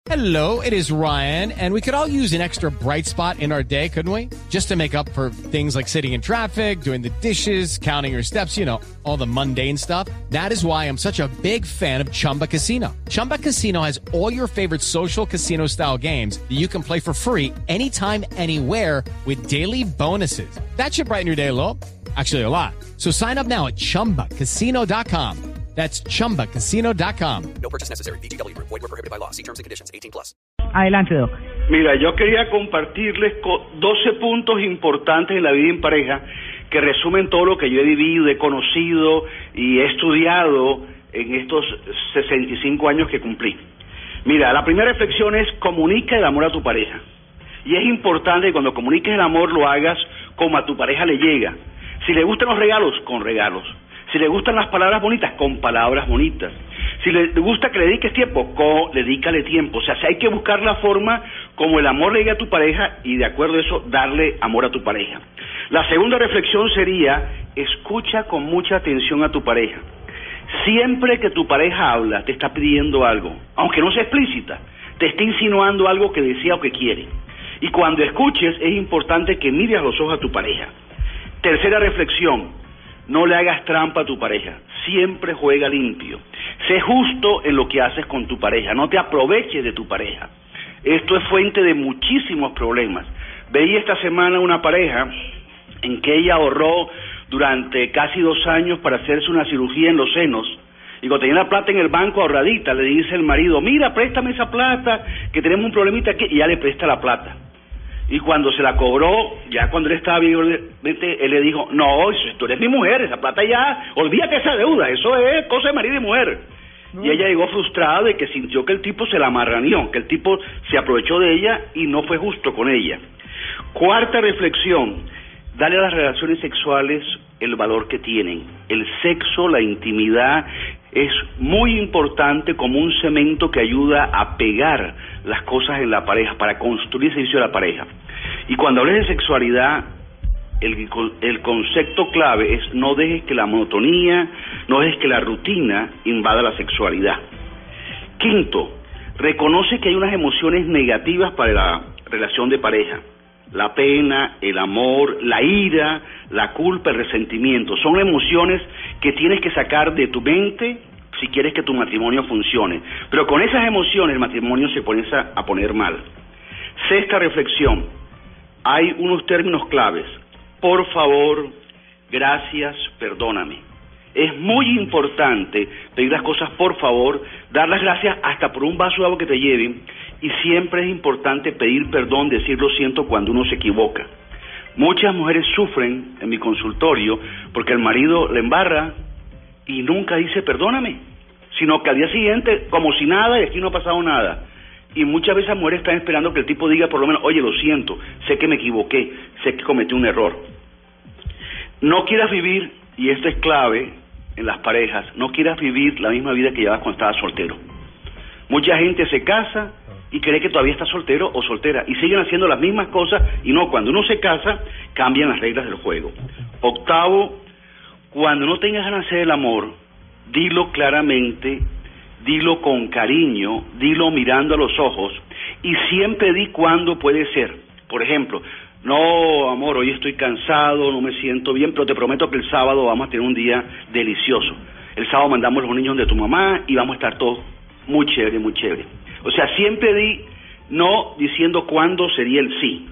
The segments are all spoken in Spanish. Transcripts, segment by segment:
Hello, it is Ryan, and we could all use an extra bright spot in our day, couldn't we? Just to make up for things like sitting in traffic, doing the dishes, counting your steps, you know, all the mundane stuff. That is why I'm such a big fan of Chumba Casino. Chumba Casino has all your favorite social casino-style games that you can play for free anytime, anywhere with daily bonuses. That should brighten your day a little. Actually, a lot. So sign up now at ChumbaCasino.com. That's ChumbaCasino.com. No purchase necessary. VGW Group. Void where prohibited by law. See terms and conditions. 18+. Adelante, Doc. Mira, yo quería compartirles 12 puntos importantes en la vida en pareja que resumen todo lo que yo he vivido, he conocido y he estudiado en estos 65 años que cumplí. Mira, la primera reflexión es: comunica el amor a tu pareja. Y es importante que cuando comuniques el amor lo hagas como a tu pareja le llega. Si le gustan los regalos, con regalos. Si le gustan las palabras bonitas, con palabras bonitas. Si le gusta que le dediques tiempo, dedícale tiempo. O sea, hay que buscar la forma como el amor le llegue a tu pareja y de acuerdo a eso, darle amor a tu pareja. La segunda reflexión sería: escucha con mucha atención a tu pareja. Siempre que tu pareja habla, te está pidiendo algo, aunque no sea explícita, te está insinuando algo que desea o que quiere. Y cuando escuches, es importante que mires a los ojos a tu pareja. Tercera reflexión: no le hagas trampa a tu pareja, siempre juega limpio. Sé justo en lo que haces con tu pareja, no te aproveches de tu pareja. Esto es fuente de muchísimos problemas. Veía esta semana una pareja en que ella ahorró durante casi 2 años para hacerse una cirugía en los senos, y cuando tenía la plata en el banco ahorradita, le dice el marido: mira, préstame esa plata, que tenemos un problemita aquí, y ya le presta la plata. Y cuando se la cobró, ya cuando él estaba vivo, él le dijo: no, tú eres mi mujer, esa plata ya, olvídate esa deuda, eso es cosa de marido y mujer. No. Y ella llegó frustrada de que sintió que el tipo se la amarraneó, que el tipo se aprovechó de ella y no fue justo con ella. Cuarta reflexión: dale a las relaciones sexuales el valor que tienen. El sexo, la intimidad, es muy importante como un cemento que ayuda a pegar las cosas en la pareja, para construir el servicio de la pareja. Y cuando hables de sexualidad, el concepto clave es: no dejes que la monotonía, no dejes que la rutina invada la sexualidad. Quinto, reconoce que hay unas emociones negativas para la relación de pareja. La pena, el amor, la ira, la culpa, el resentimiento. Son emociones que tienes que sacar de tu mente si quieres que tu matrimonio funcione. Pero con esas emociones el matrimonio se comienza a poner mal. Sexta reflexión: hay unos términos claves: por favor, gracias, perdóname. Es muy importante pedir las cosas por favor, dar las gracias hasta por un vaso de agua que te lleven, y siempre es importante pedir perdón, decir lo siento cuando uno se equivoca. Muchas mujeres sufren en mi consultorio porque el marido le embarra y nunca dice perdóname, sino que al día siguiente como si nada, y aquí no ha pasado nada. Y muchas veces las mujeres están esperando que el tipo diga por lo menos: oye, lo siento, sé que me equivoqué, sé que cometí un error. No quieras vivir, y esto es clave en las parejas, no quieras vivir la misma vida que llevas cuando estabas soltero. Mucha gente se casa y cree que todavía está soltero o soltera y siguen haciendo las mismas cosas, y no, cuando uno se casa cambian las reglas del juego. Octavo, cuando no tengas ganas de hacer el amor, dilo claramente, dilo con cariño, dilo mirando a los ojos, y siempre di cuándo puede ser. Por ejemplo: no, amor, hoy estoy cansado, no me siento bien, pero te prometo que el sábado vamos a tener un día delicioso. El sábado mandamos los niños de tu mamá y vamos a estar todos muy chévere, muy chévere. O sea, siempre di no diciendo cuándo sería el sí.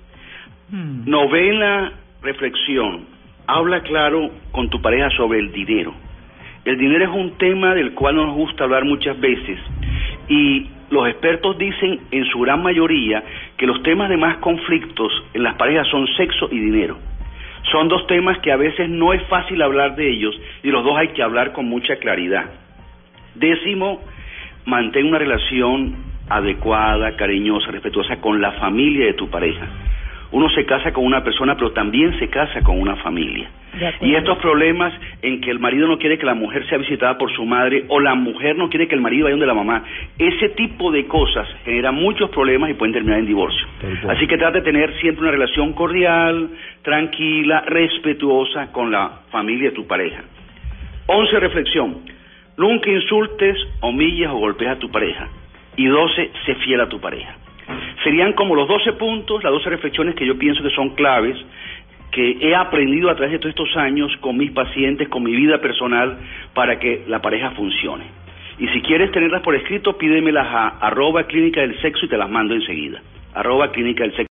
Novena reflexión: habla claro con tu pareja sobre el dinero. El dinero es un tema del cual no nos gusta hablar muchas veces, y los expertos dicen en su gran mayoría que los temas de más conflictos en las parejas son sexo y dinero. Son 2 temas que a veces no es fácil hablar de ellos, y los 2 hay que hablar con mucha claridad. Décimo, mantén una relación adecuada, cariñosa, respetuosa con la familia de tu pareja. Uno se casa con una persona, pero también se casa con una familia. Y estos problemas en que el marido no quiere que la mujer sea visitada por su madre, o la mujer no quiere que el marido vaya donde la mamá, ese tipo de cosas generan muchos problemas y pueden terminar en divorcio. Así que trata de tener siempre una relación cordial, tranquila, respetuosa con la familia de tu pareja. 11, reflexión: nunca insultes, humilles o golpees a tu pareja. y 12, sé fiel a tu pareja. Serían como los 12 puntos, las 12 reflexiones que yo pienso que son claves, que he aprendido a través de todos estos años con mis pacientes, con mi vida personal, para que la pareja funcione. Y si quieres tenerlas por escrito, pídemelas a @clínica del sexo y te las mando enseguida. @clínica del sexo.